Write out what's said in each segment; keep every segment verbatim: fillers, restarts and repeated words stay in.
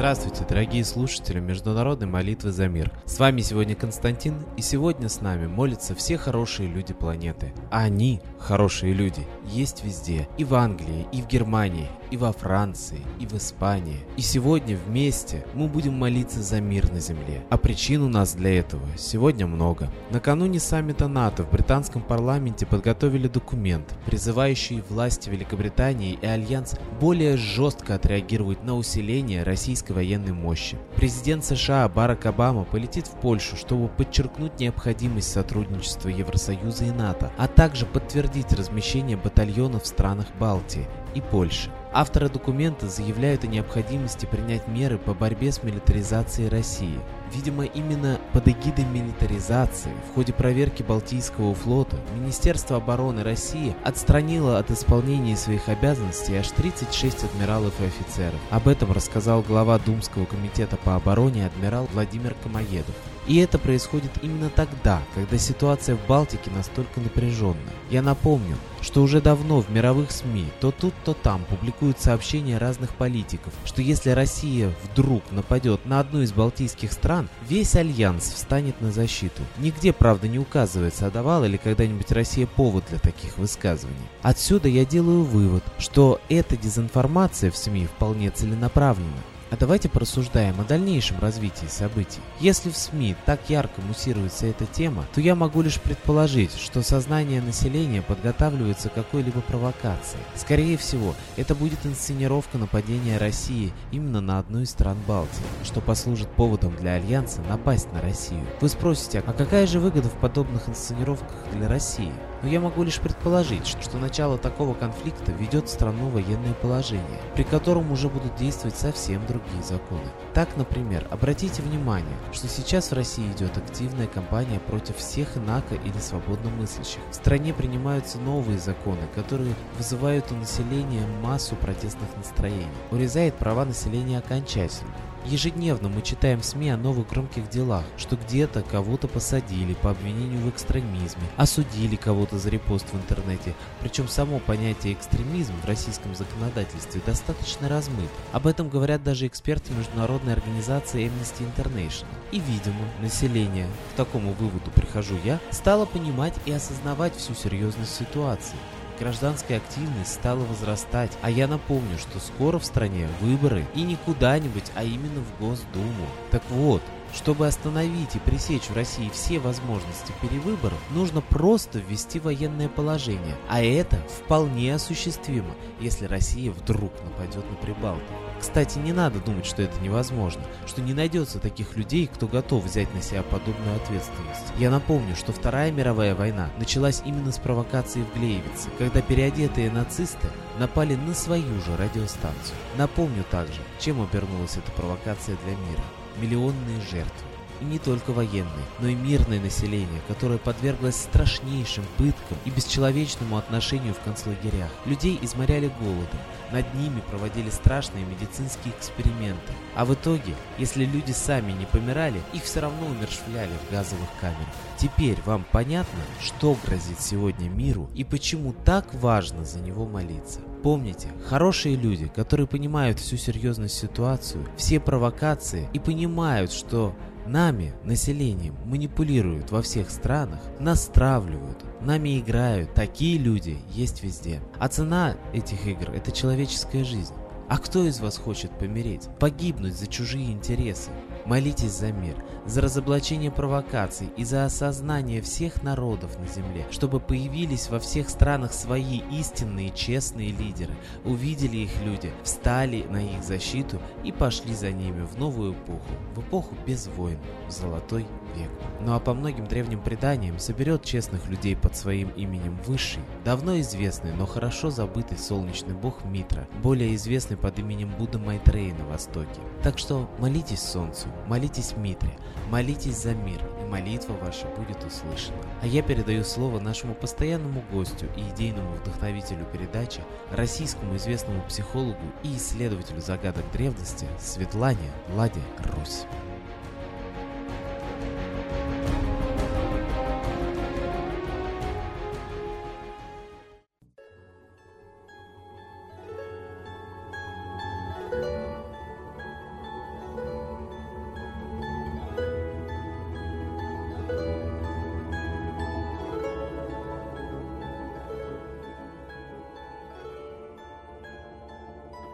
Здравствуйте, дорогие слушатели Международной молитвы за мир. С вами сегодня Константин, и сегодня с нами молятся все хорошие люди планеты. А они, хорошие люди, есть везде. И в Англии, и в Германии, и во Франции, и в Испании. И сегодня вместе мы будем молиться за мир на Земле. А причин у нас для этого сегодня много. Накануне саммита НАТО в британском парламенте подготовили документ, призывающий власти Великобритании и Альянс более жестко отреагировать на усиление российской военной мощи. Президент США Барак Обама полетит в Польшу, чтобы подчеркнуть необходимость сотрудничества Евросоюза и НАТО, а также подтвердить размещение батальонов в странах Балтии и Польши. Авторы документа заявляют о необходимости принять меры по борьбе с милитаризацией России. Видимо, именно под эгидой милитаризации в ходе проверки Балтийского флота Министерство обороны России отстранило от исполнения своих обязанностей аж тридцать шесть адмиралов и офицеров. Об этом рассказал глава Думского комитета по обороне адмирал Владимир Камоедов. И это происходит именно тогда, когда ситуация в Балтике настолько напряженная. Я напомню, что уже давно в мировых СМИ то тут, то там публикуют сообщения разных политиков, что если Россия вдруг нападет на одну из балтийских стран, весь альянс встанет на защиту. Нигде, правда, не указывается, а давала ли когда-нибудь Россия повод для таких высказываний. Отсюда я делаю вывод, что эта дезинформация в СМИ вполне целенаправлена. А давайте порассуждаем о дальнейшем развитии событий. Если в СМИ так ярко муссируется эта тема, то я могу лишь предположить, что сознание населения подготавливается к какой-либо провокации. Скорее всего, это будет инсценировка нападения России именно на одну из стран Балтии, что послужит поводом для Альянса напасть на Россию. Вы спросите, а какая же выгода в подобных инсценировках для России? Но я могу лишь предположить, что начало такого конфликта ведет страну в военное положение, при котором уже будут действовать совсем другие законы. Так, например, обратите внимание, что сейчас в России идет активная кампания против всех инако или свободно мыслящих. В стране принимаются новые законы, которые вызывают у населения массу протестных настроений, урезает права населения окончательно. Ежедневно мы читаем в СМИ о новых громких делах, что где-то кого-то посадили по обвинению в экстремизме, осудили кого-то за репост в интернете, причем само понятие экстремизм в российском законодательстве достаточно размыто. Об этом говорят даже эксперты международной организации Amnesty International. И, видимо, население, к такому выводу прихожу я, стало понимать и осознавать всю серьезность ситуации. Гражданская активность стала возрастать, а я напомню, что скоро в стране выборы и не куда-нибудь, а именно в Госдуму. Так вот, чтобы остановить и пресечь в России все возможности перевыборов, нужно просто ввести военное положение, а это вполне осуществимо, если Россия вдруг нападет на Прибалтику. Кстати, не надо думать, что это невозможно, что не найдется таких людей, кто готов взять на себя подобную ответственность. Я напомню, что Вторая мировая война началась именно с провокации в Глеевице, когда переодетые нацисты напали на свою же радиостанцию. Напомню также, чем обернулась эта провокация для мира. Миллионные жертвы. И не только военные, но и мирное население, которое подверглось страшнейшим пыткам и бесчеловечному отношению в концлагерях. Людей изморяли голодом, над ними проводили страшные медицинские эксперименты. А в итоге, если люди сами не помирали, их все равно умерщвляли в газовых камерах. Теперь вам понятно, что грозит сегодня миру и почему так важно за него молиться. Помните, хорошие люди, которые понимают всю серьезность ситуации, все провокации и понимают, что нами, населением, манипулируют во всех странах, нас стравливают, нами играют. Такие люди есть везде. А цена этих игр – это человеческая жизнь. А кто из вас хочет помереть, погибнуть за чужие интересы? Молитесь за мир, за разоблачение провокаций и за осознание всех народов на земле, чтобы появились во всех странах свои истинные честные лидеры, увидели их люди, встали на их защиту и пошли за ними в новую эпоху, в эпоху без войн, в золотой век. Ну а по многим древним преданиям соберет честных людей под своим именем Высший, давно известный, но хорошо забытый солнечный бог Митра, более известный под именем Будда Майтрея на Востоке. Так что молитесь Солнцу, молитесь Митре, молитесь за мир, и молитва ваша будет услышана. А я передаю слово нашему постоянному гостю и идейному вдохновителю передачи, российскому известному психологу и исследователю загадок древности Светлане Ладе Русь.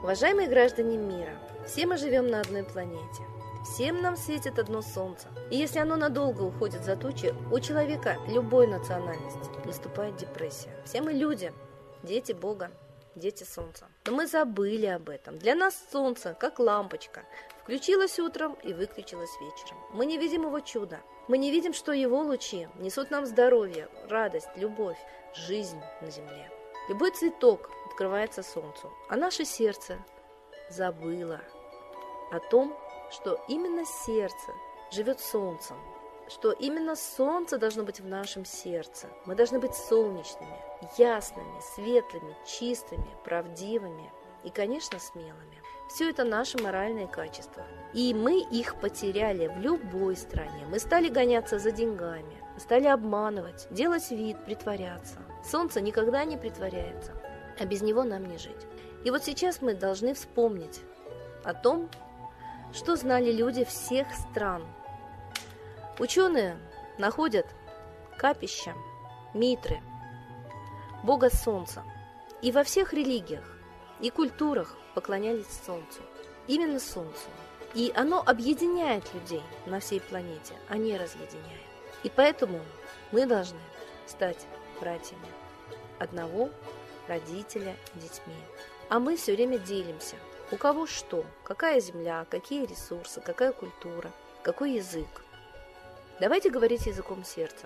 Уважаемые граждане мира, все мы живем на одной планете. Всем нам светит одно солнце. И если оно надолго уходит за тучи, у человека любой национальности наступает депрессия. Все мы люди, дети Бога, дети солнца. Но мы забыли об этом. Для нас солнце, как лампочка, включилось утром и выключилось вечером. Мы не видим его чуда. Мы не видим, что его лучи несут нам здоровье, радость, любовь, жизнь на земле. Любой цветок открывается солнцу, а наше сердце забыло о том, что именно сердце живет солнцем, что именно солнце должно быть в нашем сердце. Мы должны быть солнечными, ясными, светлыми, чистыми, правдивыми и, конечно, смелыми. Все это наши моральные качества. И мы их потеряли в любой стране. Мы стали гоняться за деньгами, стали обманывать, делать вид, притворяться. Солнце никогда не притворяется, а без него нам не жить. И вот сейчас мы должны вспомнить о том, что знали люди всех стран. Ученые находят капища, митры, бога солнца. И во всех религиях и культурах поклонялись солнцу. Именно солнцу. И оно объединяет людей на всей планете, а не разъединяет. И поэтому мы должны стать братьями одного родителя детьми. А мы все время делимся. У кого что, какая земля, какие ресурсы, какая культура, какой язык. Давайте говорить языком сердца.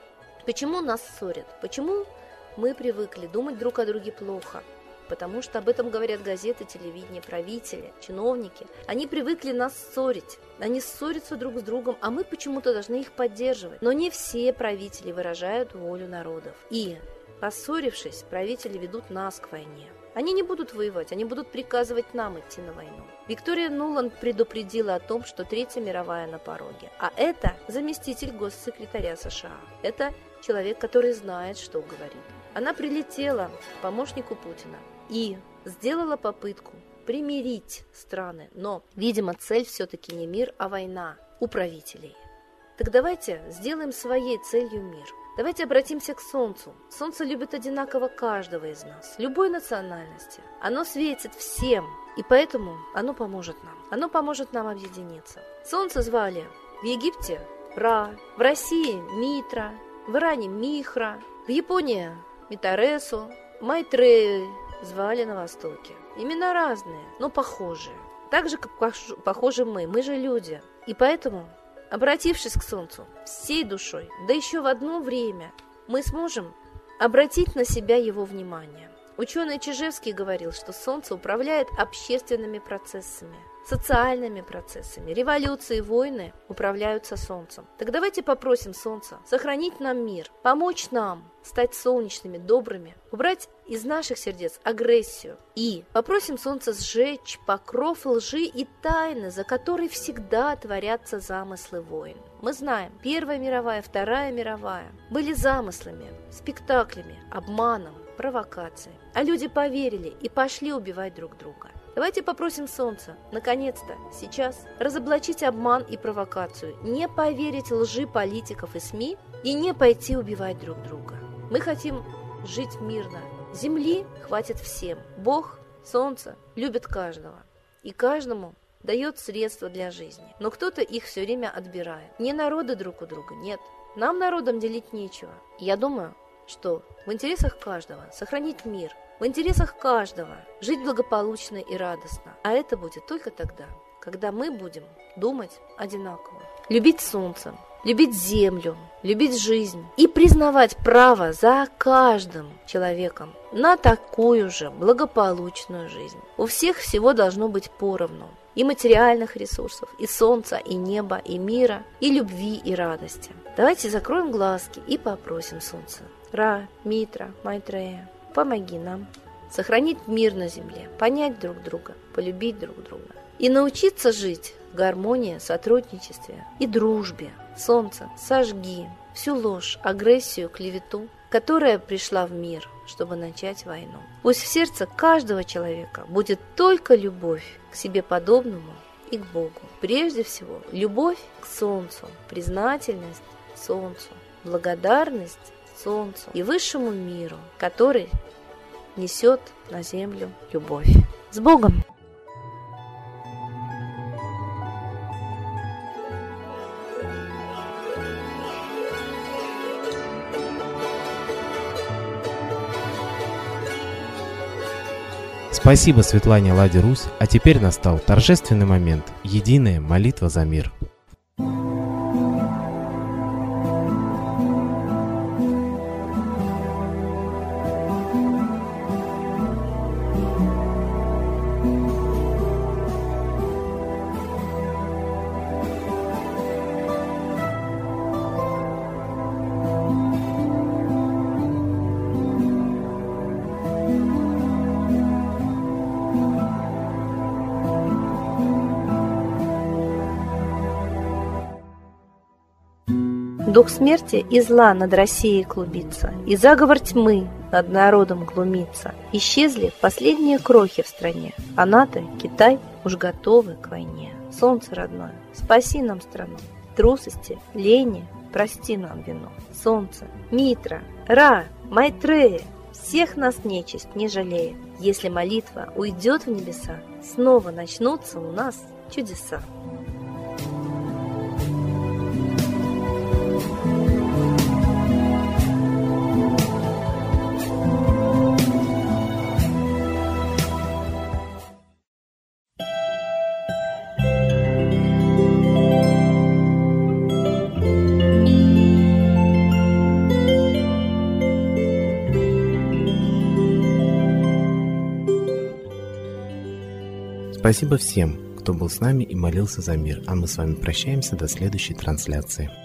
Почему нас ссорят? Почему мы привыкли думать друг о друге плохо? Потому что об этом говорят газеты, телевидение, правители, чиновники. Они привыкли нас ссорить. Они ссорятся друг с другом, а мы почему-то должны их поддерживать. Но не все правители выражают волю народов. И, поссорившись, правители ведут нас к войне. Они не будут воевать, они будут приказывать нам идти на войну. Виктория Нуланд предупредила о том, что Третья мировая на пороге. А это заместитель госсекретаря США. Это человек, который знает, что говорит. Она прилетела к помощнику Путина и сделала попытку примирить страны. Но, видимо, цель все-таки не мир, а война у правителей. Так давайте сделаем своей целью мир. Давайте обратимся к Солнцу. Солнце любит одинаково каждого из нас, любой национальности. Оно светит всем, и поэтому оно поможет нам. Оно поможет нам объединиться. Солнце звали в Египте Ра, в России Митра, в Иране Михра, в Японии Митаресу, Майтрею звали на Востоке. Имена разные, но похожие. Так же, как похожи мы. Мы же люди. И поэтому, обратившись к Солнцу всей душой, да еще в одно время, мы сможем обратить на себя его внимание. Ученый Чижевский говорил, что Солнце управляет общественными процессами, социальными процессами. Революции и войны управляются Солнцем. Так давайте попросим Солнца сохранить нам мир, помочь нам стать солнечными, добрыми, убрать из наших сердец агрессию. И попросим Солнца сжечь покров лжи и тайны, за которой всегда творятся замыслы войн. Мы знаем, Первая мировая, Вторая мировая были замыслами, спектаклями, обманом, провокацией. А люди поверили и пошли убивать друг друга. Давайте попросим Солнца, наконец-то, сейчас, разоблачить обман и провокацию, не поверить лжи политиков и СМИ и не пойти убивать друг друга. Мы хотим жить мирно. Земли хватит всем. Бог, Солнце любит каждого. И каждому дает средства для жизни. Но кто-то их все время отбирает. Не народы друг у друга, нет. Нам, народам, делить нечего. Я думаю, что в интересах каждого сохранить мир, в интересах каждого жить благополучно и радостно. А это будет только тогда, когда мы будем думать одинаково. Любить солнце, любить землю, любить жизнь и признавать право за каждым человеком на такую же благополучную жизнь. У всех всего должно быть поровну. И материальных ресурсов, и солнца, и неба, и мира, и любви, и радости. Давайте закроем глазки и попросим Солнца. Ра, Митра, Майтрея, помоги нам сохранить мир на земле, понять друг друга, полюбить друг друга и научиться жить в гармонии, сотрудничестве и дружбе. Солнце, сожги всю ложь, агрессию, клевету, которая пришла в мир, чтобы начать войну. Пусть в сердце каждого человека будет только любовь к себе подобному и к Богу. Прежде всего, любовь к Солнцу, признательность Солнцу, благодарность Солнцу и высшему миру, который несет на землю любовь. С Богом! Спасибо Светлане Ладе Русь, а теперь настал торжественный момент – единая молитва за мир. Дух смерти и зла над Россией клубится, и заговор тьмы над народом глумится. Исчезли последние крохи в стране, а НАТО, Китай уж готовы к войне. Солнце родное, спаси нам страну, трусости, лени, прости нам вину. Солнце, Митра, Ра, Майтрея, всех нас нечисть не жалеет. Если молитва уйдет в небеса, снова начнутся у нас чудеса. Спасибо всем, кто был с нами и молился за мир, а мы с вами прощаемся до следующей трансляции.